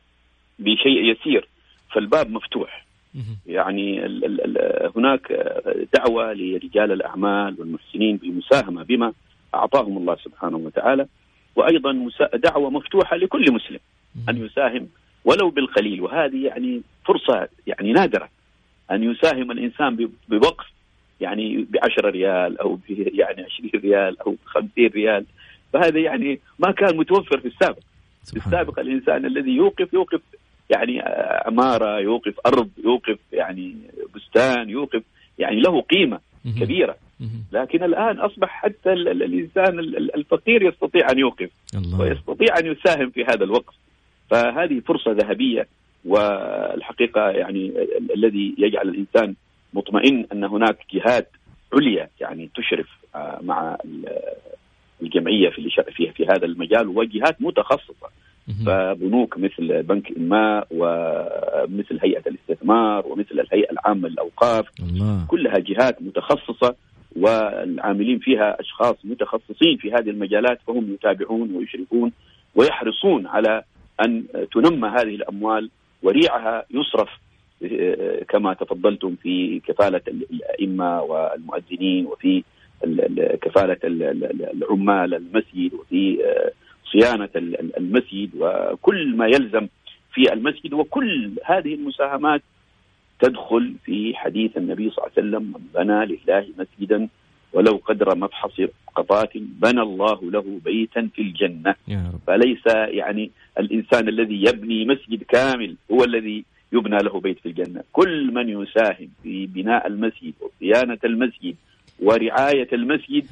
بشيء يسير، فالباب مفتوح. يعني ال ال ال هناك دعوة لرجال الأعمال والمحسنين بالمساهمة بما أعطاهم الله سبحانه وتعالى، وأيضا دعوة مفتوحة لكل مسلم أن يساهم ولو بالقليل، وهذه يعني فرصة يعني نادرة أن يساهم الإنسان بوقف يعني بعشرة ريال أو يعني عشرين ريال أو خمسين ريال، فهذا يعني ما كان متوفر في السابق. في السابق الإنسان الذي يوقف يوقف يعني عمارة، يوقف أرض، يوقف يعني بستان، يوقف يعني له قيمة كبيرة. لكن الآن أصبح حتى الإنسان الفقير يستطيع أن يوقف الله. ويستطيع أن يساهم في هذا الوقف، فهذه فرصة ذهبية. والحقيقة يعني الذي يجعل الإنسان مطمئن أن هناك جهات عليا يعني تشرف مع الجمعية في في في هذا المجال، وجهات متخصصة، فبنوك مثل بنك إنماء ومثل هيئة الاستثمار ومثل الهيئة العامة للأوقاف الله. كلها جهات متخصصة والعاملين فيها أشخاص متخصصين في هذه المجالات، فهم يتابعون ويشرفون ويحرصون على أن تنمى هذه الأموال وريعها يصرف كما تفضلتم في كفالة الأئمة والمؤذنين، وفي كفالة العمال المسجد، وفي صيانة المسجد وكل ما يلزم في المسجد. وكل هذه المساهمات تدخل في حديث النبي صلى الله عليه وسلم: من بنى لله مسجدا ولو قدر مفحص قطات بنى الله له بيتا في الجنة. فليس يعني الإنسان الذي يبني مسجد كامل هو الذي يبنى له بيت في الجنة. كل من يساهم في بناء المسجد وصيانة المسجد ورعاية المسجد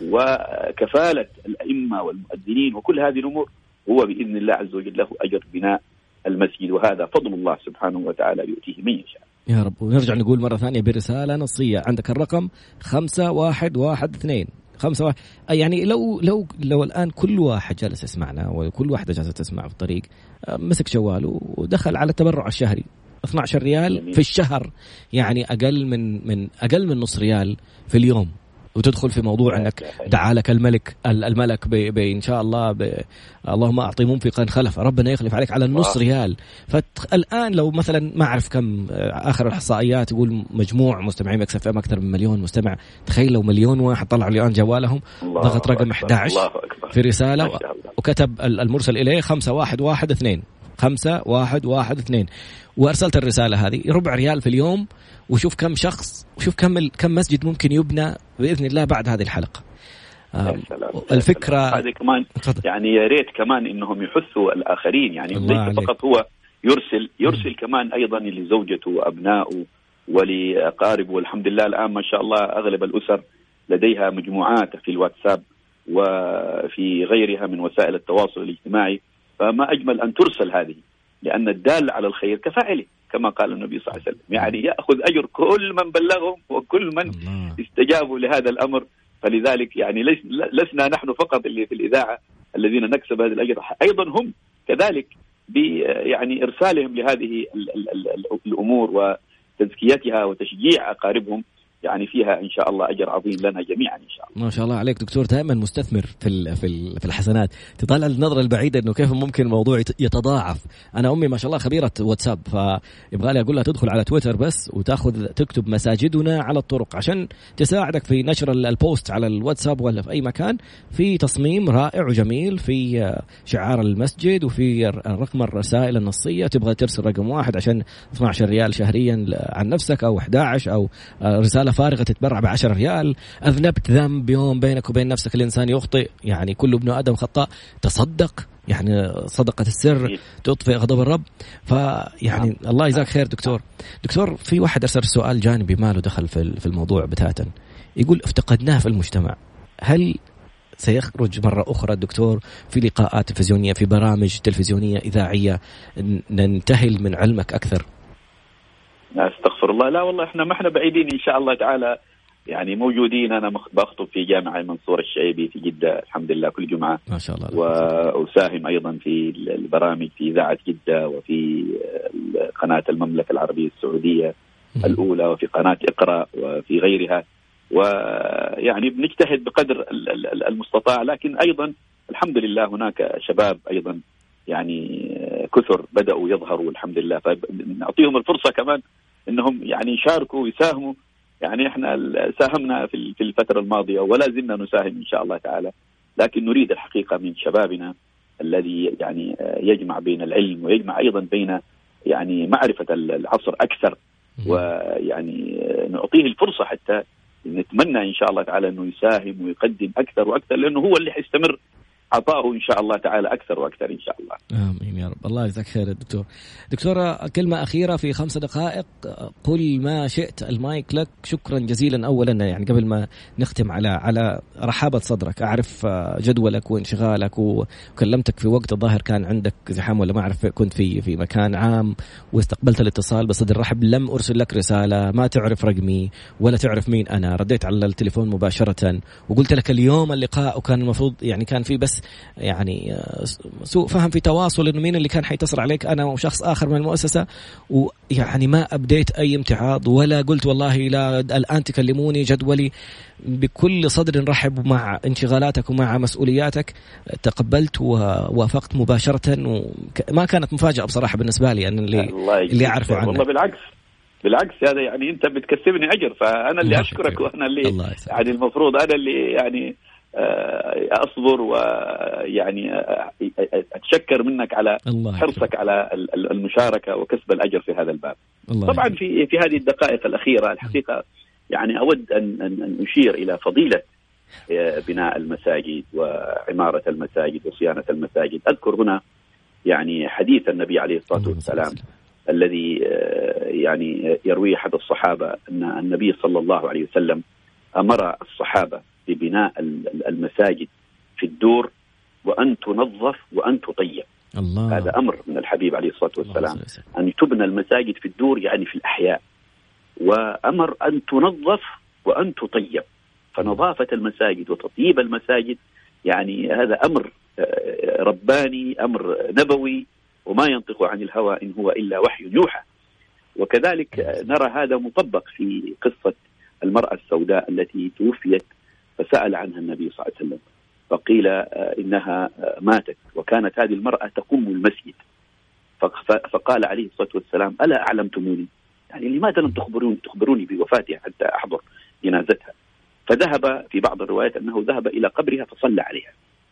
وكفالة الأئمة والمؤذنين وكل هذه الأمور هو بإذن الله عز وجل له أجر بناء المسجد، وهذا فضل الله سبحانه وتعالى يؤتيه من يشاء. يا رب. ونرجع نقول مرة ثانية برسالة نصية، عندك الرقم خمسة واحد واحد اثنين خمسة واحد. يعني لو لو لو الآن كل واحد جالس يسمعنا وكل واحدة جالسة تسمع في الطريق مسك جواله ودخل على التبرع الشهري اثني عشر ريال جميل. في الشهر، يعني أقل من من أقل من نص ريال في اليوم، وتدخل في موضوع انك دعا لك الملك الملك بإن شاء الله ب... اللهم اعطي منفقا خلف، ربنا يخلف عليك على النص ريال. فالان لو مثلا ما اعرف كم اخر الاحصائيات يقول مجموع مستمعين مكس اف ام اكثر من مليون مستمع، تخيل لو مليون واحد طلع الان جوالهم ضغط رقم أحد عشر في رساله وكتب المرسل اليه خمسة واحد واحد اثنين خمسة واحد واحد اثنين وارسلت الرساله هذه، ربع ريال في اليوم. وشوف كم شخص وشوف كم كم مسجد ممكن يبنى باذن الله بعد هذه الحلقه. الفكره هذه كمان يعني يا ريت كمان انهم يحثوا الاخرين، يعني ليس فقط هو يرسل يرسل م. كمان ايضا لزوجته وابنائه ولاقاربه. والحمد لله الان ما شاء الله اغلب الاسر لديها مجموعات في الواتساب وفي غيرها من وسائل التواصل الاجتماعي، فما اجمل ان ترسل هذه، لان الدال على الخير كفاعله كما قال النبي صلى الله عليه وسلم، يعني يأخذ أجر كل من بلغهم وكل من الله. استجابوا لهذا الأمر. فلذلك يعني لسنا نحن فقط اللي في الإذاعة الذين نكسب هذا الأجر، أيضا هم كذلك يعني إرسالهم لهذه الأمور وتزكيتها وتشجيع أقاربهم، يعني فيها إن شاء الله أجر عظيم لنا جميعا إن شاء الله. ما شاء الله عليك دكتور، دائما مستثمر في في الحسنات، تطلع النظرة البعيدة إنه كيف ممكن الموضوع يتضاعف. أنا أمي ما شاء الله خبيرة واتساب، فيبغى لي أقول لها تدخل على تويتر بس وتأخذ تكتب مساجدنا على الطرق عشان تساعدك في نشر البوست على الواتساب ولا في أي مكان، في تصميم رائع وجميل، في شعار المسجد وفي رقم الرسائل النصية. تبغى ترسل رقم واحد عشان اثني عشر ريال شهريا عن نفسك، أو أحد عشر، أو رسالة فارغة تتبرع بعشرة ريال. أذنبت ذنب يوم بينك وبين نفسك، الإنسان يخطئ، يعني كل ابن آدم خطاء، تصدق، يعني صدقة السر تطفئ غضب الرب. فيعني الله يجزاك خير دكتور. دكتور في واحد أرسل سؤال جانبي ما له دخل في الموضوع بتاتا، يقول افتقدناه في المجتمع، هل سيخرج مرة أخرى الدكتور في لقاءات تلفزيونية، في برامج تلفزيونية إذاعية، ننتهل من علمك أكثر. استغفر الله، لا والله احنا ما احنا بعيدين إن شاء الله تعالى، يعني موجودين. أنا بخطب في جامعة المنصور الشعيبي في جدة الحمد لله كل جمعة ما شاء الله، وأساهم أيضا في البرامج في إذاعة جدة وفي قناة المملكة العربية السعودية الأولى وفي قناة إقرأ وفي غيرها، ويعني بنجتهد بقدر المستطاع. لكن أيضا الحمد لله هناك شباب أيضا يعني كثر بدأوا يظهروا الحمد لله، فنعطيهم الفرصة كمان إنهم يعني يشاركوا ويساهموا. يعني احنا ساهمنا في الفترة الماضية ولا زلنا نساهم إن شاء الله تعالى، لكن نريد الحقيقة من شبابنا الذي يعني يجمع بين العلم ويجمع أيضا بين يعني معرفة العصر أكثر، ويعني نعطيه الفرصة حتى نتمنى إن شاء الله تعالى أنه يساهم ويقدم أكثر وأكثر، لأنه هو اللي حيستمر عطاؤه إن شاء الله تعالى أكثر وأكثر إن شاء الله. آمين يا رب. الله يجزاك خير الدكتور. دكتورة كلمة أخيرة في خمس دقائق، قل ما شئت، المايك لك. شكرا جزيلا أولا، يعني قبل ما نختم على على رحابة صدرك، أعرف جدولك وانشغالك وكلمتك في وقت الظاهر كان عندك زحام ولا ما أعرف، كنت في في مكان عام واستقبلت الاتصال بصدر رحب، لم أرسل لك رسالة، ما تعرف رقمي ولا تعرف مين أنا، رديت على التليفون مباشرة وقلت لك اليوم اللقاء، وكان المفروض يعني كان في بس يعني سوء فهم في تواصل إنه مين اللي كان حيتصل عليك، أنا وشخص آخر من المؤسسة، ويعني ما أبديت أي امتعاض ولا قلت والله لا الآن تكلموني، جدولي بكل صدر رحب مع انشغالاتك ومع مسؤولياتك، تقبلت ووافقت مباشرة، وما كانت مفاجأة بصراحة بالنسبة لي أنا اللي اللي أعرفه عنك. والله بالعكس بالعكس، هذا يعني أنت بتكسبني أجر، فأنا اللي أشكرك وأنا اللي يعني المفروض أنا اللي يعني أصبر ويعني أتشكر منك على حرصك على المشاركة وكسب الأجر في هذا الباب. طبعا في في هذه الدقائق الأخيرة الحقيقة يعني أود أن أن أشير إلى فضيلة بناء المساجد وعمارة المساجد وصيانة المساجد. أذكر هنا يعني حديث النبي عليه الصلاة والسلام الذي يعني يروي أحد الصحابة أن النبي صلى الله عليه وسلم أمر الصحابة ببناء المساجد في الدور وأن تنظف وأن تطيب. الله. هذا أمر من الحبيب عليه الصلاة والسلام أن تبنى المساجد في الدور يعني في الأحياء، وأمر أن تنظف وأن تطيب. فنظافة المساجد وتطيب المساجد يعني هذا أمر رباني، أمر نبوي، وما ينطق عن الهوى إن هو إلا وحي يوحى. وكذلك نرى هذا مطبق في قصة المرأة السوداء التي توفيت فسأل عنها النبي صلى الله عليه وسلم فقيل إنها ماتت، وكانت هذه المرأة تقوم المسجد، فقال عليه الصلاة والسلام ألا أعلمتموني، يعني لماذا لم تخبروني تخبروني بوفاتها حتى أحضر جنازتها؟ فذهب في بعض الروايات أنه ذهب إلى قبرها فصلى عليها.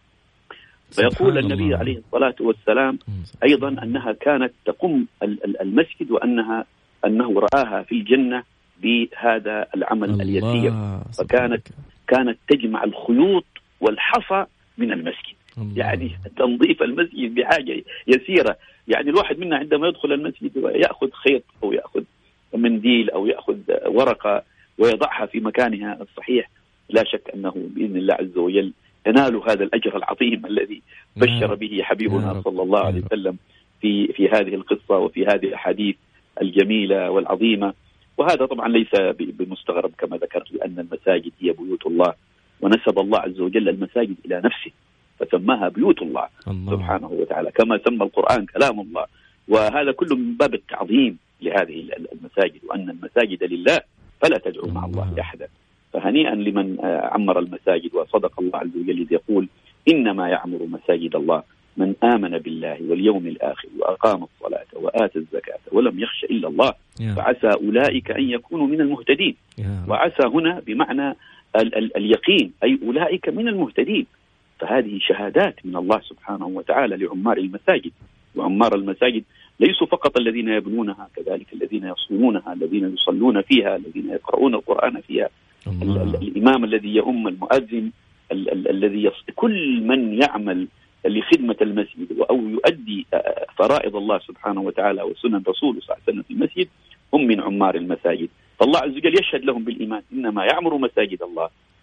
فيقول النبي عليه الصلاة والسلام أيضا أنها كانت تقوم المسجد، وأنها أنه رآها في الجنة بهذا العمل اليسير، فكانت كانت تجمع الخيوط والحصى من المسجد. الله. يعني تنظيف المسجد بحاجة يسيرة، يعني الواحد منا عندما يدخل المسجد يأخذ خيط أو يأخذ منديل أو يأخذ ورقة ويضعها في مكانها الصحيح، لا شك أنه بإذن الله عز وجل ينال هذا الأجر العظيم الذي بشر به حبيبنا صلى الله عليه وسلم في في هذه القصة وفي هذه الأحاديث الجميلة والعظيمة. وهذا طبعا ليس بمستغرب كما ذكرت، لأن المساجد هي بيوت الله، ونسب الله عز وجل المساجد إلى نفسه فسماها بيوت الله, الله سبحانه وتعالى، كما سمى القرآن كلام الله. وهذا كله من باب التعظيم لهذه المساجد، وأن المساجد لله فلا تدعو مع الله أحدا. فهنيئا لمن عمر المساجد، وصدق الله عز وجل يقول إنما يعمر مساجد الله من آمن بالله واليوم الآخر وأقام الصلاة وآتى الزكاة ولم يخش إلا الله فعسى أولئك أن يكونوا من المهتدين. وعسى هنا بمعنى ال- ال- اليقين، أي أولئك من المهتدين. فهذه شهادات من الله سبحانه وتعالى لعمار المساجد. وعمار المساجد ليسوا فقط الذين يبنونها، كذلك الذين يصونونها، الذين يصلون فيها، الذين يقرؤون القرآن فيها، ال- ال- الإمام الذي يؤم، المؤذن ال- ال- الذي يص... كل من يعمل لخدمة المسجد أو يؤدي فرائض الله سبحانه وتعالى وسنن رسوله صلى الله عليه وسلم في المسجد هم من عمار المساجد. فالله عز وجل يشهد لهم بالإيمان إنما يعمر مساجد الله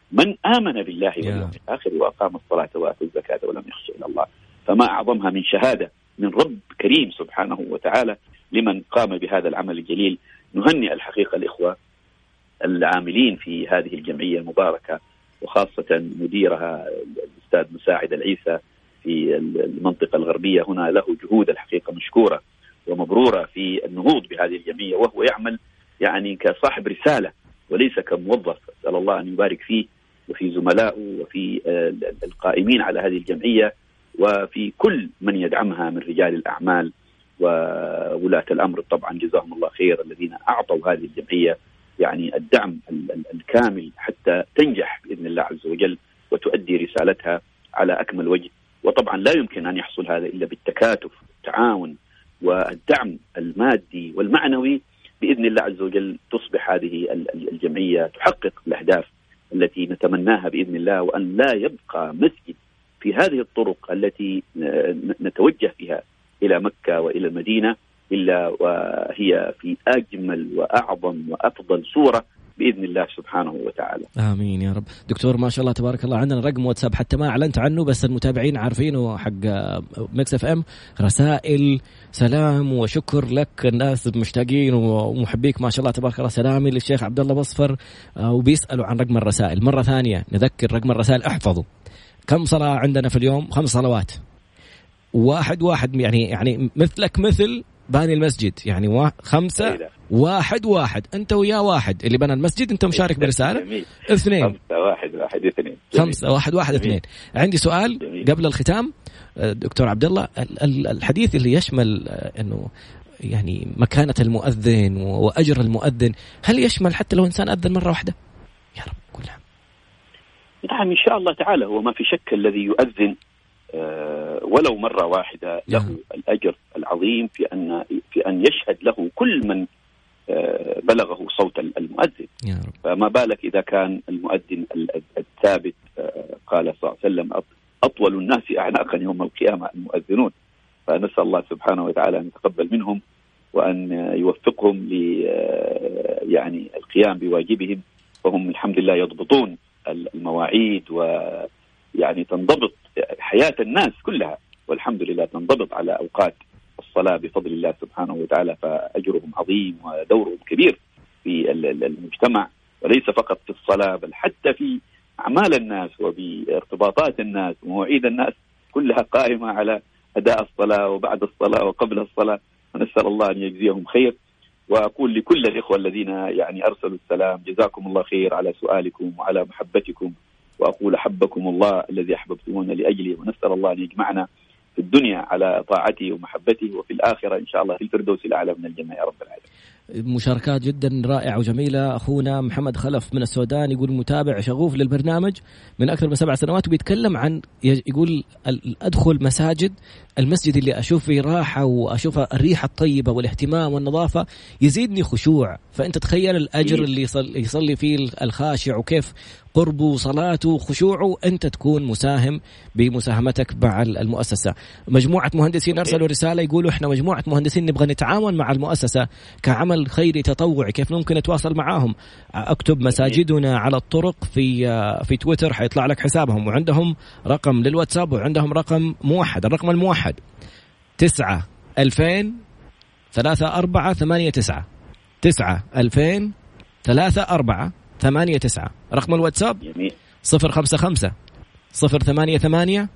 من آمن بالله واليوم الآخر وأقام الصلاة وآتى الزكاة ولم يخش إلا الله. فما أعظمها من شهادة من رب كريم سبحانه وتعالى لمن قام بهذا العمل الجليل. نهنئ الحقيقة الإخوة العاملين في هذه الجمعية المباركة، وخاصة مديرها الأستاذ مساعد العيسى في المنطقة الغربية هنا، له جهود الحقيقة مشكورة ومبرورة في النهوض بهذه الجمعية، وهو يعمل يعني كصاحب رسالة وليس كموظف. أسأل الله أن يبارك فيه وفي زملائه وفي القائمين على هذه الجمعية وفي كل من يدعمها من رجال الأعمال وولاة الأمر طبعا، جزاهم الله خير، الذين أعطوا هذه الجمعية يعني الدعم الكامل حتى تنجح بإذن الله عز وجل وتؤدي رسالتها على أكمل وجه. وطبعا لا يمكن أن يحصل هذا إلا بالتكاتف والتعاون والدعم المادي والمعنوي بإذن الله عز وجل. تصبح هذه الجمعية تحقق الأهداف التي نتمناها بإذن الله، وأن لا يبقى مسجد في هذه الطرق التي نتوجه فيها إلى مكة وإلى المدينة إلا وهي في أجمل وأعظم وأفضل صورة بإذن الله سبحانه وتعالى. آمين يا رب. دكتور ما شاء الله تبارك الله، عندنا رقم واتساب حتى ما أعلنت عنه بس المتابعين عارفينه حق ميكس اف ام، رسائل سلام وشكر لك، الناس مشتاقين ومحبيك ما شاء الله تبارك الله. سلامي للشيخ عبد الله بصفر، وبيسألوا عن رقم الرسائل مرة ثانية. نذكر رقم الرسائل، احفظوا كم صلاة عندنا في اليوم؟ خمس صلوات، واحد واحد يعني يعني مثلك مثل باني المسجد، يعني وا... خمسة واحد واحد، أنت ويا واحد اللي بنى المسجد أنت مشارك برسالة. اثنين خمسة واحد واحد اثنين خمسة واحد واحد اثنين. عندي سؤال جميل. قبل الختام دكتور عبد الله، الحديث اللي يشمل إنه يعني مكانة المؤذن وأجر المؤذن، هل يشمل حتى لو إنسان أذن مرة واحدة؟ يا رب كلها. نعم إن شاء الله تعالى، هو ما في شك الذي يؤذن أه ولو مرة واحدة له نعم. الأجر العظيم في أن في أن يشهد له كل من أه بلغه صوت المؤذن. فما بالك إذا كان المؤذن الثابت، أه قال صلى الله عليه وسلم أطول الناس أعناقا يوم القيامة المؤذنون. فنسأل الله سبحانه وتعالى أن يتقبل منهم وأن يوفقهم ل يعني القيام بواجبهم، وهم الحمد لله يضبطون المواعيد ويعني تنضبط حياة الناس كلها، والحمد لله تنضبط على أوقات الصلاة بفضل الله سبحانه وتعالى. فأجرهم عظيم ودورهم كبير في المجتمع، وليس فقط في الصلاة بل حتى في أعمال الناس وبارتباطات الناس ومواعيد الناس، كلها قائمة على أداء الصلاة وبعد الصلاة وقبل الصلاة. ونسأل الله أن يجزيهم خير. وأقول لكل الإخوة الذين يعني أرسلوا السلام، جزاكم الله خير على سؤالكم وعلى محبتكم، وأقول أحبكم الله الذي أحببتمونا لأجله، ونسأل الله أن يجمعنا في الدنيا على طاعته ومحبته، وفي الآخرة إن شاء الله في الفردوس الأعلى من الجنة يا رب العالمين. مشاركات جدا رائعة وجميلة. أخونا محمد خلف من السودان يقول متابع شغوف للبرنامج من أكثر من سبع سنوات، وبيتكلم عن يقول أدخل مساجد، المسجد اللي أشوف فيه راحة وأشوف الريحة الطيبة والاهتمام والنظافة يزيدني خشوع. فأنت تخيل الأجر اللي يصلي فيه الخاشع وكيف قربه صلاته وخشوعه، أنت تكون مساهم بمساهمتك مع المؤسسة. مجموعة مهندسين أرسلوا رسالة يقولوا إحنا مجموعة مهندسين نبغى نتعاون مع المؤسسة كعمل خيري تطوعي، كيف ممكن نتواصل معاهم؟ اكتب مساجدنا على الطرق في في تويتر حيطلع لك حسابهم، وعندهم رقم للواتساب وعندهم رقم موحد. الرقم الموحد تسعة ألفين ثلاثة أربعة ثمانية تسعة تسعة ألفين ثلاثة أربعة ثمانية تسعة. رقم الواتساب صفر خمسة خمسة صفر ثمانية ثمانية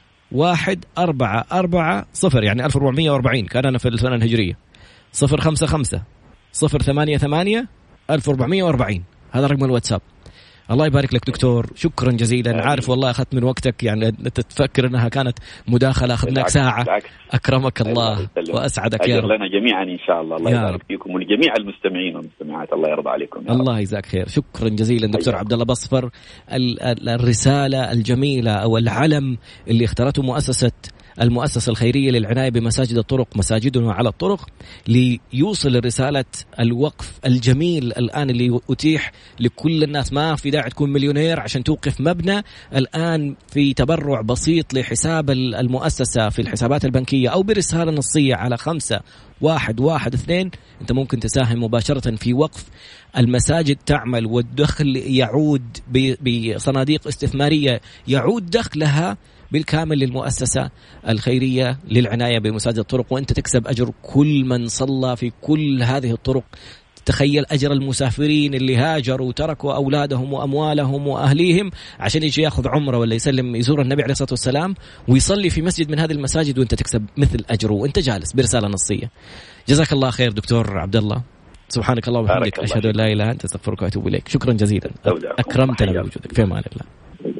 واحد أربعة أربعة صفر، يعني ألف وأربعمية وأربعين كان أنا في السنة الهجرية. صفر خمسة خمسة صفر ثمانية ثمانية ألف وأربعمية وأربعين، هذا رقم الواتساب. الله يبارك لك دكتور، شكرا جزيلا. عارف والله أخذت من وقتك، يعني تتفكر أنها كانت مداخلة أخذناك ساعة. أكرمك الله وأسعدك يا رب. لنا جميعا إن شاء الله. الله يبارك فيكم ولجميع المستمعين والمستمعات، الله يرضى عليكم. الله يجزاك خير. شكرا جزيلا دكتور عبد الله بصفر. الرسالة الجميلة أو العلم اللي اختارته مؤسسة المؤسسة الخيرية للعناية بمساجد الطرق، مساجدنا على الطرق، ليوصل رسالة الوقف الجميل الآن اللي أتيح لكل الناس. ما في داعي تكون مليونير عشان توقف مبنى، الآن في تبرع بسيط لحساب المؤسسة في الحسابات البنكية أو برسالة نصية على خمسة واحد واحد اثنين، أنت ممكن تساهم مباشرة في وقف. المساجد تعمل والدخل يعود بصناديق استثمارية، يعود دخلها بالكامل للمؤسسة الخيرية للعناية بمساجد الطرق، وأنت تكسب أجر كل من صلى في كل هذه الطرق. تخيل أجر المسافرين اللي هاجروا وتركوا أولادهم وأموالهم وأهليهم عشان يجي يأخذ عمره ولا يسلم يزور النبي عليه الصلاة والسلام ويصلي في مسجد من هذه المساجد، وأنت تكسب مثل أجره وأنت جالس برسالة نصية. جزاك الله خير دكتور عبد الله، سبحانك الله وبحمدك، أشهد أن لا إله إلا أنت، أستغفرك وأتوب إليك. شكرا جزيلا، أكرمتنا بوجودك، في أمان الله.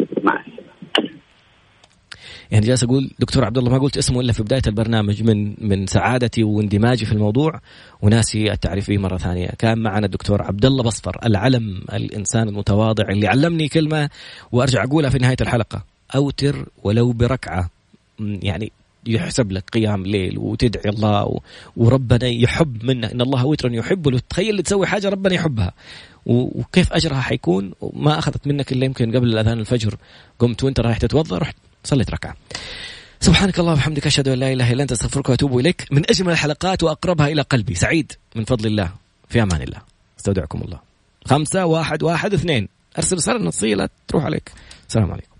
يعني جالس أقول دكتور عبد الله، ما قلت اسمه إلا في بداية البرنامج، من من سعادتي واندماجي في الموضوع وناسي التعريف به مرة ثانية. كان معنا الدكتور عبد الله بصفر، العلم، الإنسان المتواضع اللي علمني كلمة وأرجع أقولها في نهاية الحلقة: أوتر ولو بركعة. يعني يحسب لك قيام ليل وتدعي الله وربنا يحب منه، إن الله وتر يحبه. لو تخيل تسوي حاجة ربنا يحبها وكيف أجرها حيكون. ما أخذت منك إلا يمكن قبل الأذان الفجر، قمت وانت رايح تتوضأ رحت صليت ركعة. سبحانك الله وبحمدك، أشهد أن لا إله إلا أنت، أستغفرك وأتوب إليك. من أجمل الحلقات وأقربها إلى قلبي، سعيد من فضل الله. في أمان الله، استودعكم الله. خمسة واحد واحد اثنين، أرسل رسالة نصية لا تروح عليك. السلام عليكم.